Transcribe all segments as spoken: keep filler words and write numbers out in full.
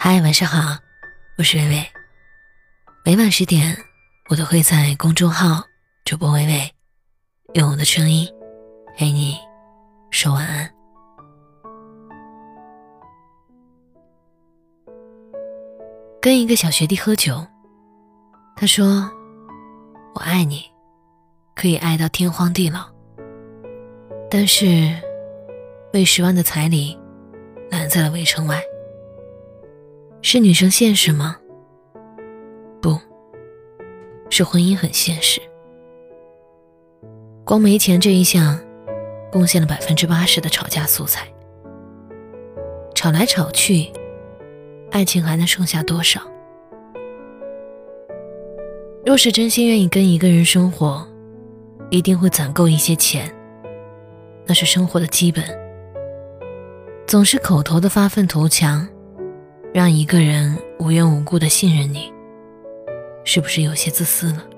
嗨，晚上好，我是微微。每晚十点，我都会在公众号主播微微，用我的声音陪你说晚安。跟一个小学弟喝酒，他说我爱你，可以爱到天荒地老，但是被十万的彩礼拦在了围城外。是女生现实吗？不，是婚姻很现实。光没钱这一项贡献了百分之八十的吵架素材，吵来吵去，爱情还能剩下多少？若是真心愿意跟一个人生活，一定会攒够一些钱，那是生活的基本。总是口头的发愤图强，让一个人无缘无故的信任你，是不是有些自私了？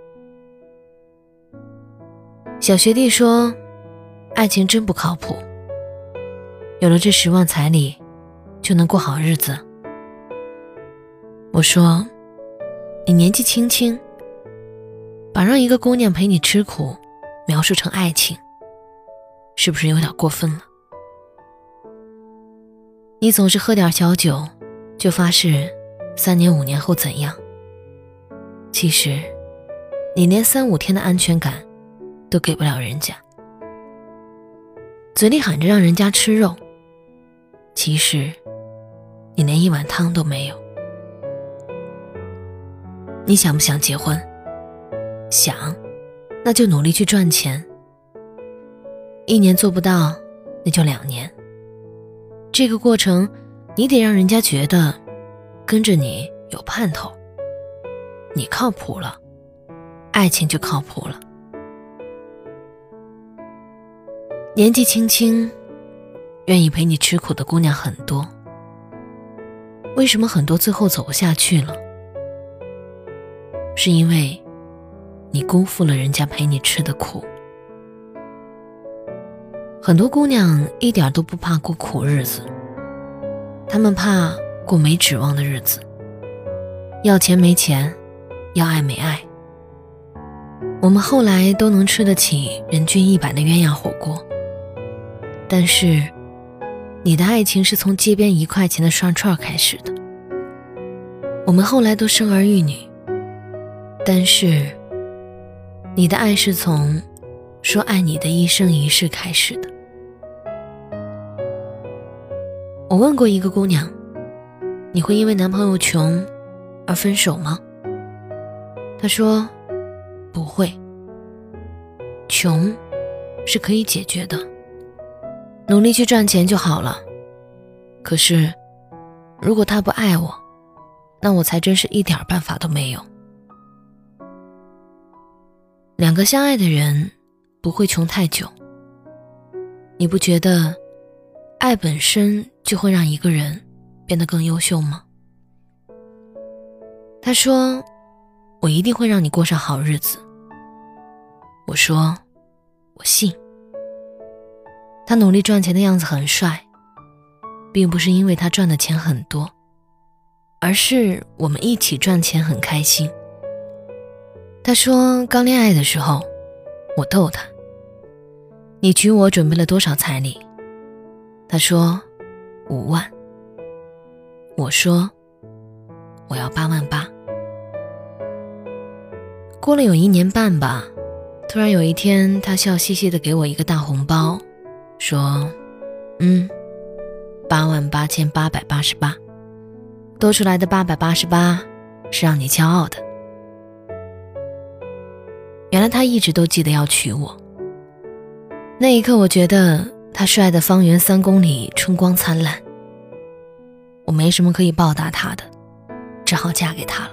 小学弟说，爱情真不靠谱，有了这十万彩礼就能过好日子。我说，你年纪轻轻，把让一个姑娘陪你吃苦描述成爱情，是不是有点过分了？你总是喝点小酒就发誓三年五年后怎样，其实你连三五天的安全感都给不了人家。嘴里喊着让人家吃肉，其实你连一碗汤都没有。你想不想结婚？想，那就努力去赚钱。一年做不到，那就两年。这个过程你得让人家觉得跟着你有盼头，你靠谱了，爱情就靠谱了。年纪轻轻愿意陪你吃苦的姑娘很多，为什么很多最后走不下去了？是因为你辜负了人家陪你吃的苦。很多姑娘一点都不怕过苦日子，她们怕过没指望的日子，要钱没钱，要爱没爱。我们后来都能吃得起人均一百的鸳鸯火锅，但是你的爱情是从街边一块钱的涮串开始的。我们后来都生儿育女，但是你的爱是从说爱你的一生一世开始的。我问过一个姑娘，你会因为男朋友穷而分手吗？她说不会，穷是可以解决的，努力去赚钱就好了。可是如果他不爱我，那我才真是一点办法都没有。两个相爱的人不会穷太久，你不觉得爱本身就会让一个人变得更优秀吗？他说，我一定会让你过上好日子。我说，我信。他努力赚钱的样子很帅，并不是因为他赚的钱很多，而是我们一起赚钱很开心。他说，刚恋爱的时候，我逗他，你娶我准备了多少彩礼？他说五万。我说我要八万八。过了有一年半吧，突然有一天他笑嘻嘻地给我一个大红包，说嗯八万八千八百八十八，多出来的八百八十八是让你骄傲的。原来他一直都记得要娶我。那一刻我觉得他帅的方圆三公里春光灿烂，我没什么可以报答他的，只好嫁给他了。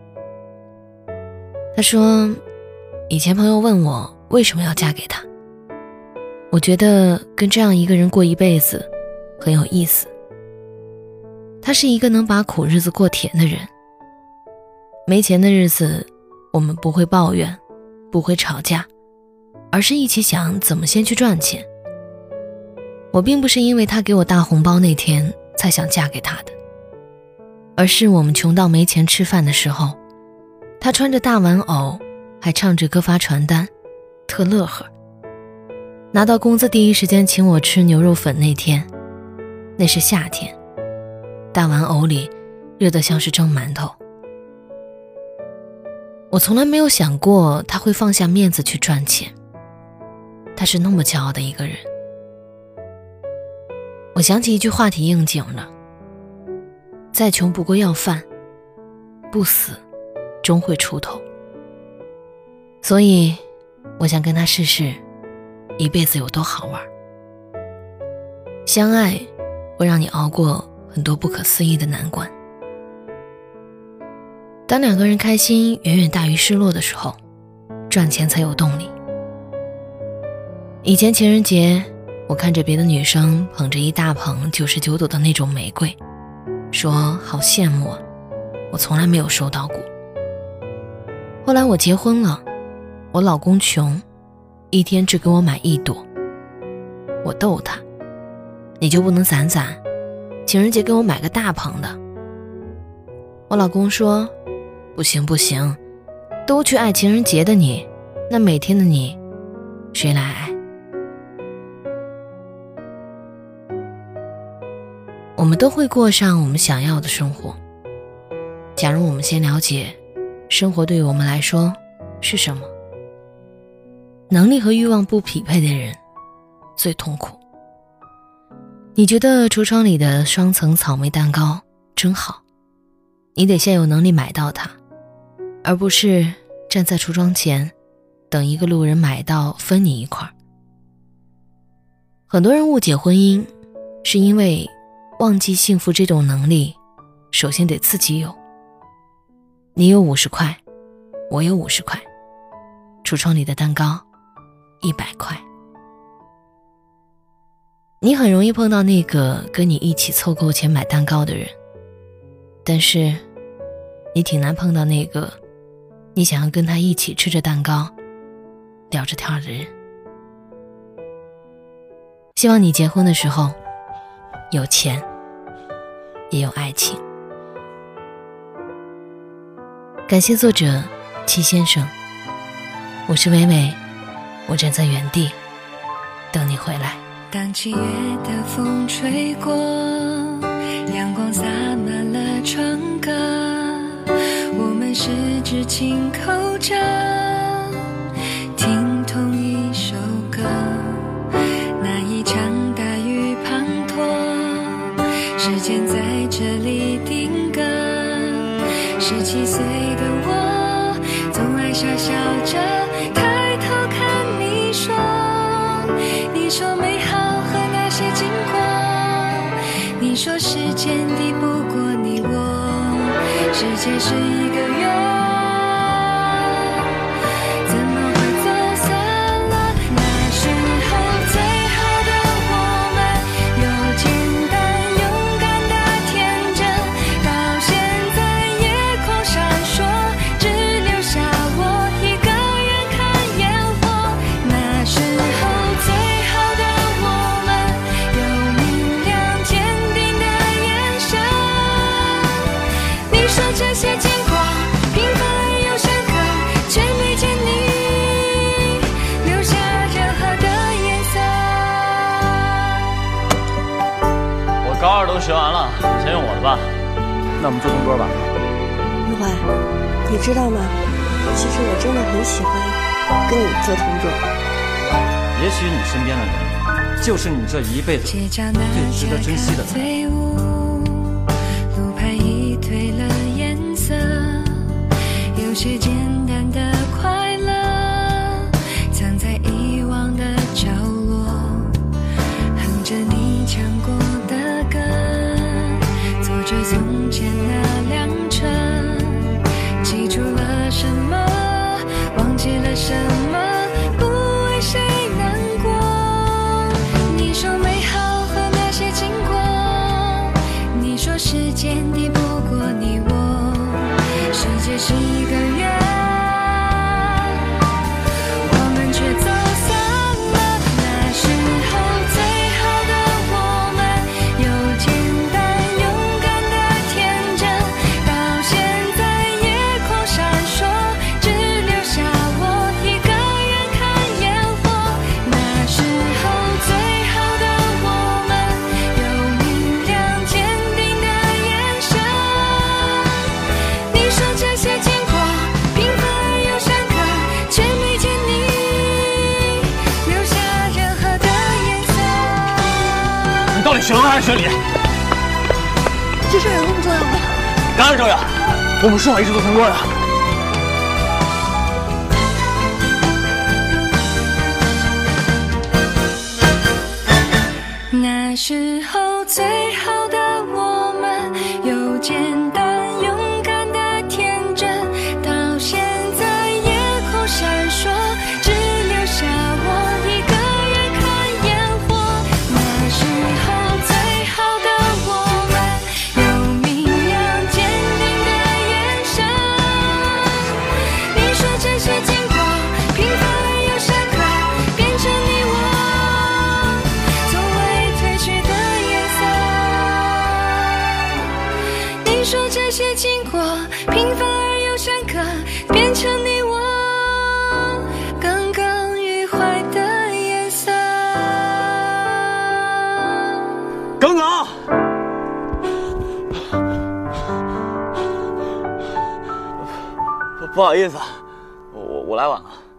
他说，以前朋友问我为什么要嫁给他，我觉得跟这样一个人过一辈子很有意思。他是一个能把苦日子过甜的人，没钱的日子我们不会抱怨，不会吵架，而是一起想怎么先去赚钱。我并不是因为他给我大红包那天才想嫁给他的， 而是我们穷到没钱吃饭的时候，他穿着大玩偶，还唱着歌发传单，特乐呵。拿到工资第一时间请我吃牛肉粉那天，那是夏天，大玩偶里热得像是蒸馒头。我从来没有想过他会放下面子去赚钱，他是那么骄傲的一个人。我想起一句话题应景了，再穷不过要饭，不死终会出头。所以我想跟他试试一辈子有多好玩。相爱会让你熬过很多不可思议的难关。当两个人开心远远大于失落的时候，赚钱才有动力。以前情人节，我看着别的女生捧着一大捧九十九朵的那种玫瑰，说好羡慕啊，我从来没有收到过。后来我结婚了，我老公穷，一天只给我买一朵。我逗他，你就不能攒攒，情人节给我买个大捧的？我老公说，不行不行，都去爱情人节的你，那每天的你谁来爱？我们都会过上我们想要的生活。假如我们先了解生活对于我们来说是什么，能力和欲望不匹配的人最痛苦。你觉得橱窗里的双层草莓蛋糕真好，你得先有能力买到它，而不是站在橱窗前等一个路人买到分你一块。很多人误解婚姻，是因为忘记幸福这种能力首先得自己有。你有五十块，我有五十块，橱窗里的蛋糕一百块。你很容易碰到那个跟你一起凑够钱买蛋糕的人，但是你挺难碰到那个你想要跟他一起吃着蛋糕聊着天的人。希望你结婚的时候有钱也有爱情。感谢作者戚先生，我是伟伟，我站在原地等你回来。 当七月的风吹过，阳光洒满了窗格，我们十指紧扣着，听同一首歌。那一场大雨滂沱，时间在这里定格。十七岁的我，总爱傻笑着抬头看你说，你说美好和那些经过，你说时间抵不过你我，世界是一个圆。这些经过平凡而又深刻，却没见你留下任何的颜色。 我高二都学完了，你先用我的吧。那我们做同桌吧。 玉怀，你知道吗？其实我真的很喜欢跟你做同桌。 也许你身边的人，就是你这一辈子最值得珍惜的人。 路牌已褪了颜色，有些简单的快乐藏在遗忘的角落，哼着你唱过的歌，坐着从前那辆车，记住了什么，忘记了什么，不为谁难过。你说美好和那些经过，你说时间抵不过你我，世界是一个圆。 到底选文还是选理？ 这事有那么重要吗？ 当然重要，我们说好一直做同桌的。 那时候最好的我们，有简单勇敢的天真，到现在夜空闪烁，只留下我一个人看烟火。那时候最好的我们，有明亮坚定的眼神。你说这些经过平凡而又深刻，变成你我从未褪去的颜色。你说这些经过平凡而又深刻，变成你我耿耿于怀的颜色。 耿耿，不不好意思，我我来晚了。